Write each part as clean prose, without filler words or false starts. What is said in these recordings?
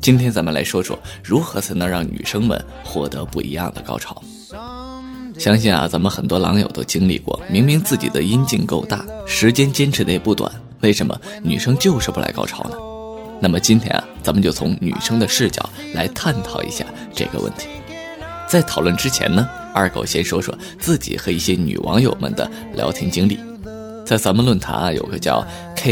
今天咱们来说说如何才能让女生们获得不一样的高潮。相信咱们很多狼友都经历过，明明自己的阴茎够大，时间坚持的也不短，为什么女生就是不来高潮呢？那么今天咱们就从女生的视角来探讨一下这个问题。在讨论之前呢，二狗先说说自己和一些女网友们的聊天经历。在咱们论坛有个叫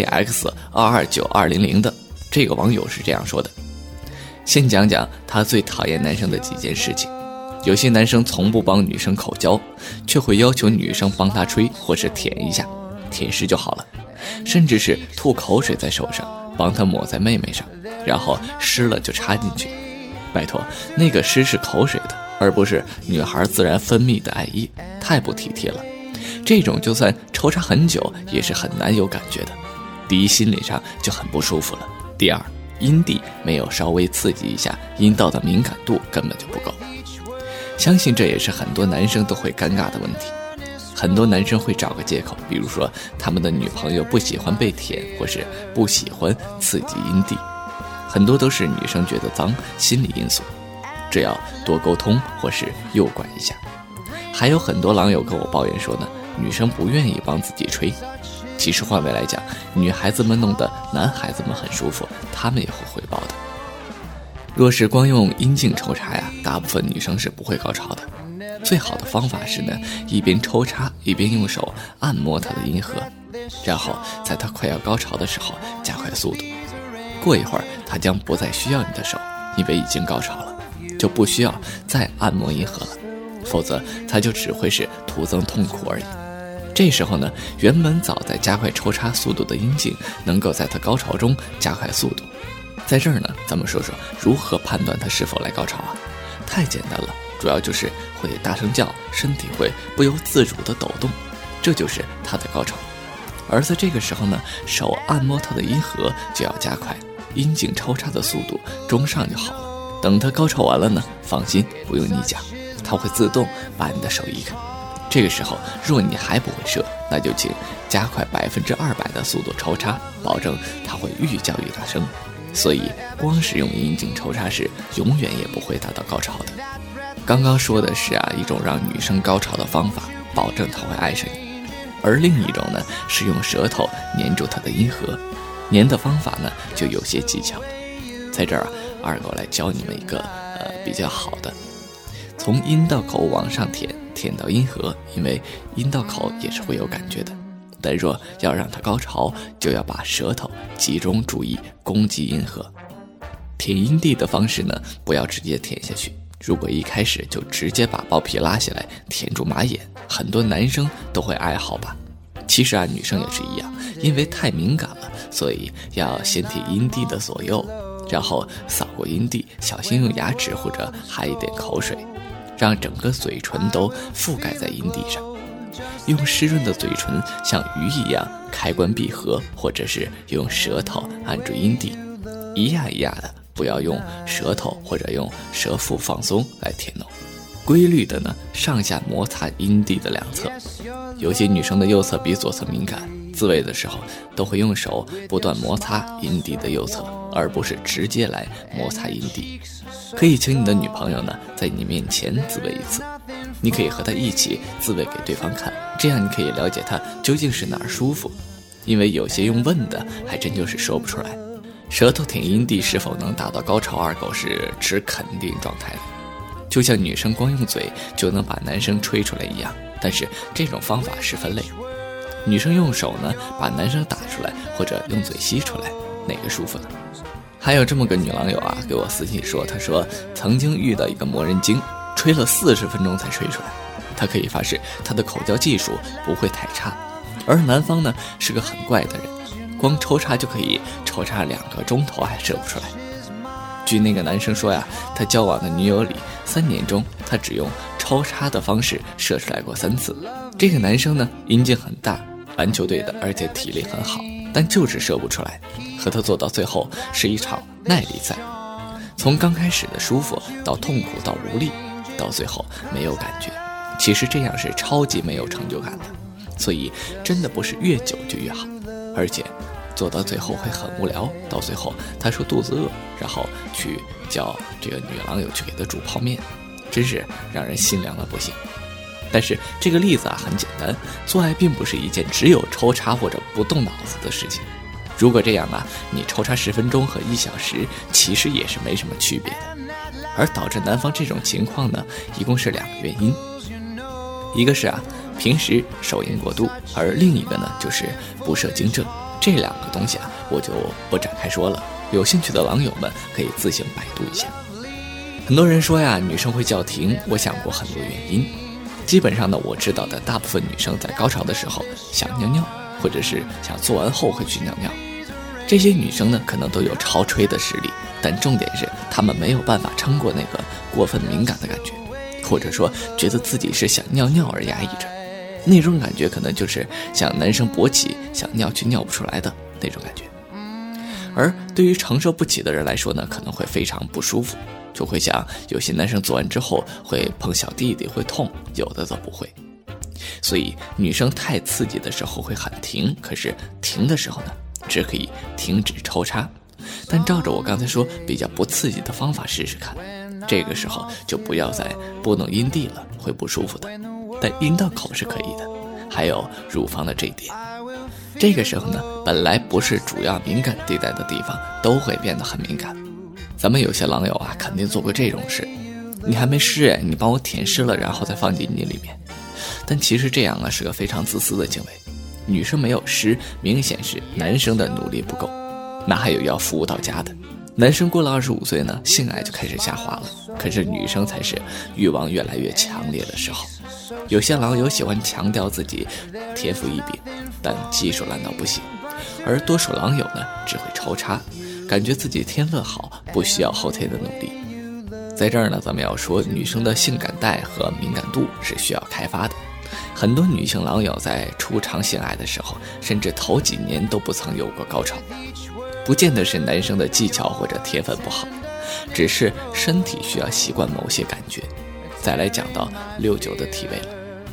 KX229200 的，这个网友是这样说的：先讲讲他最讨厌男生的几件事情。有些男生从不帮女生口交，却会要求女生帮他吹或是舔一下，舔湿就好了，甚至是吐口水在手上，帮他抹在妹妹上，然后湿了就插进去。拜托，那个湿是口水的，而不是女孩自然分泌的爱液，太不体贴了。这种就算抽插很久也是很难有感觉的。第一，心理上就很不舒服了；第二，阴蒂没有稍微刺激一下，阴道的敏感度根本就不够。相信这也是很多男生都会尴尬的问题。很多男生会找个借口，比如说他们的女朋友不喜欢被舔，或是不喜欢刺激阴蒂，很多都是女生觉得脏，心理因素，这要多沟通或是诱拐一下。还有很多狼友跟我抱怨说呢，女生不愿意帮自己吹。其实换位来讲，女孩子们弄得男孩子们很舒服，他们也会回报的。若是光用阴茎抽插大部分女生是不会高潮的。最好的方法是呢，一边抽插一边用手按摩她的阴核，然后在她快要高潮的时候加快速度。过一会儿她将不再需要你的手，因为已经高潮了，就不需要再按摩阴核了，否则她就只会是徒增痛苦而已。这时候呢，原本早在加快抽插速度的阴茎能够在她高潮中加快速度。在这儿呢，咱们说说如何判断她是否来高潮太简单了，主要就是会大声叫，身体会不由自主的抖动，这就是她的高潮。而在这个时候呢，手按摩她的阴核就要加快，阴茎抽插的速度中上就好了。等她高潮完了呢，放心，不用你讲，她会自动把你的手移开。这个时候若你还不会射，那就请加快200%的速度抽插，保证她会愈叫愈大声。所以光是用阴茎抽插时永远也不会达到高潮的。刚刚说的是一种让女生高潮的方法，保证她会爱上你。而另一种呢，是用舌头粘住她的阴核，粘的方法呢就有些技巧。在这儿二狗来教你们一个比较好的，从阴道口往上舔，舔到阴核，因为阴道口也是会有感觉的。但若要让它高潮，就要把舌头集中注意攻击阴核。舔阴蒂的方式呢，不要直接舔下去，如果一开始就直接把包皮拉下来舔住马眼，很多男生都会爱好吧。其实女生也是一样，因为太敏感了，所以要先舔阴蒂的左右，然后扫过阴蒂，小心用牙齿或者含一点口水，让整个嘴唇都覆盖在阴蒂上。用湿润的嘴唇像鱼一样开关闭合，或者是用舌头按住阴蒂，一压一压的，不要用舌头或者用舌腹放松来舔弄。规律的呢，上下摩擦阴蒂的两侧。有些女生的右侧比左侧敏感，自慰的时候都会用手不断摩擦阴蒂的右侧，而不是直接来摩擦阴蒂。可以请你的女朋友呢，在你面前自慰一次，你可以和她一起自慰给对方看，这样你可以了解她究竟是哪儿舒服。因为有些用问的还真就是说不出来。舌头舔阴蒂是否能达到高潮，二狗是持肯定状态的。就像女生光用嘴就能把男生吹出来一样，但是这种方法十分累。女生用手呢把男生打出来，或者用嘴吸出来，哪个舒服呢？还有这么个女狼友给我私信说，她说曾经遇到一个魔人精，吹了40分钟才吹出来。她可以发誓她的口交技术不会太差，而男方呢是个很怪的人，光抽插就可以抽插2个钟头还射不出来。据那个男生说他交往的女友里3年中，他只用抽插的方式射出来过3次。这个男生呢阴茎很大，篮球队的，而且体力很好，但就是射不出来。和他做到最后是一场耐力赛，从刚开始的舒服到痛苦到无力，到最后没有感觉。其实这样是超级没有成就感的，所以真的不是越久就越好。而且做到最后会很无聊，到最后他说肚子饿，然后去叫这个女狼友去给他煮泡面，真是让人心凉的不行。但是这个例子很简单，做爱并不是一件只有抽插或者不动脑子的事情。如果这样你抽插10分钟和1小时其实也是没什么区别的。而导致男方这种情况呢，一共是2个原因，一个是平时手淫过度，而另一个呢就是不射精症。这2个东西我就不展开说了，有兴趣的狼友们可以自行百度一下。很多人说女生会叫停，我想过很多原因。基本上呢，我知道的大部分女生在高潮的时候想尿尿，或者是想做完后会去尿尿。这些女生呢可能都有超吹的实力，但重点是她们没有办法撑过那个过分敏感的感觉，或者说觉得自己是想尿尿而压抑着，那种感觉可能就是像男生勃起想尿却尿不出来的那种感觉。而对于承受不起的人来说呢，可能会非常不舒服，就会像有些男生做完之后会碰小弟弟会痛，有的则不会。所以女生太刺激的时候会喊停，可是停的时候呢，只可以停止抽插，但照着我刚才说比较不刺激的方法试试看，这个时候就不要再拨弄阴蒂了，会不舒服的，但阴道口是可以的，还有乳房的这一点。这个时候呢，本来不是主要敏感地带的地方都会变得很敏感。咱们有些狼友肯定做过这种事，你还没湿你帮我舔湿了然后再放进你里面。但其实这样是个非常自私的行为，女生没有湿明显是男生的努力不够，那还有要服务到家的。男生过了25岁呢，性爱就开始下滑了，可是女生才是欲望越来越强烈的时候。有些狼友喜欢强调自己天赋异禀，但技术烂到不行，而多数狼友呢只会抽插，感觉自己天分好，不需要后天的努力。在这儿呢，咱们要说女生的性感带和敏感度是需要开发的。很多女性狼友在初尝性爱的时候，甚至头几年都不曾有过高潮，不见得是男生的技巧或者天分不好，只是身体需要习惯某些感觉。再来讲到69的体位了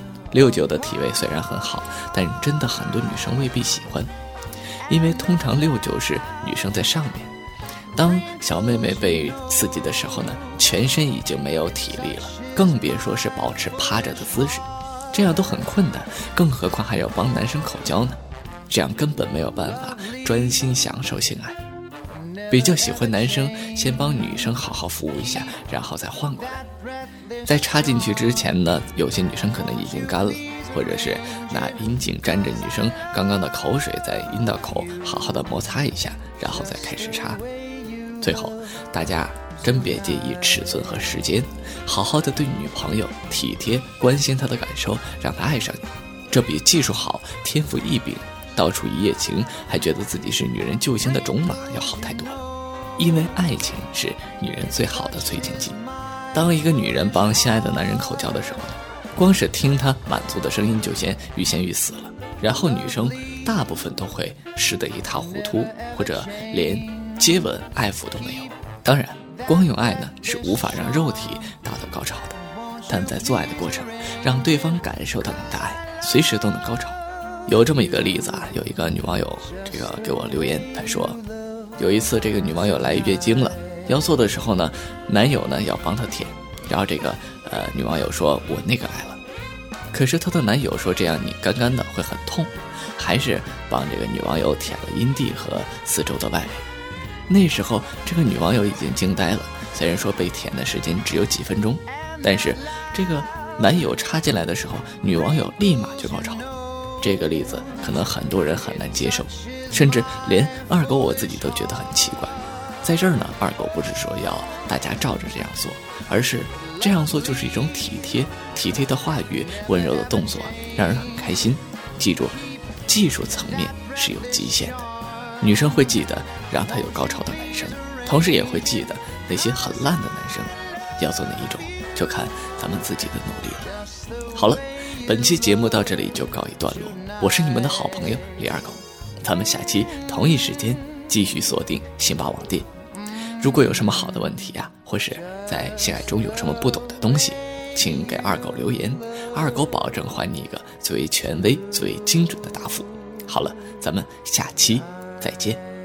，69的体位虽然很好，但真的很多女生未必喜欢，因为通常69是女生在上面，当小妹妹被刺激的时候呢，全身已经没有体力了，更别说是保持趴着的姿势，这样都很困难，更何况还要帮男生口交呢，这样根本没有办法专心享受性爱。比较喜欢男生先帮女生好好服务一下，然后再换过来。在插进去之前呢，有些女生可能已经干了，或者是拿阴茎沾着女生刚刚的口水在阴道口好好的摩擦一下，然后再开始插。最后大家真别介意尺寸和时间，好好的对女朋友体贴，关心她的感受，让她爱上你，这比技术好天赋异禀到处一夜情还觉得自己是女人救星的种马要好太多了。因为爱情是女人最好的催情剂。当一个女人帮心爱的男人口交的时候，光是听他满足的声音就先欲仙欲死了，然后女生大部分都会湿得一塌糊涂，或者连接吻爱抚都没有。当然光用爱呢是无法让肉体达到高潮的，但在做爱的过程让对方感受到你的爱，随时都能高潮。有这么一个例子有一个女网友给我留言，她说有一次这个女网友来月经了，要做的时候呢，男友呢要帮她舔，然后女网友说我那个来了，可是她的男友说这样你干干的会很痛，还是帮这个女网友舔了阴蒂和四周的外围。那时候这个女网友已经惊呆了，虽然说被舔的时间只有几分钟，但是这个男友插进来的时候，女网友立马就高潮了。这个例子可能很多人很难接受，甚至连二狗我自己都觉得很奇怪。在这儿呢，二狗不是说要大家照着这样做，而是这样做就是一种体贴的话语，温柔的动作，让人很开心。记住，技术层面是有极限的，女生会记得让她有高潮的男生，同时也会记得那些很烂的男生，要做哪一种就看咱们自己的努力了。好了，本期节目到这里就告一段落，我是你们的好朋友李二狗，咱们下期同一时间继续锁定辛巴网店。如果有什么好的问题或是在性爱中有什么不懂的东西，请给二狗留言，二狗保证还你一个最权威最精准的答复。好了，咱们下期再见。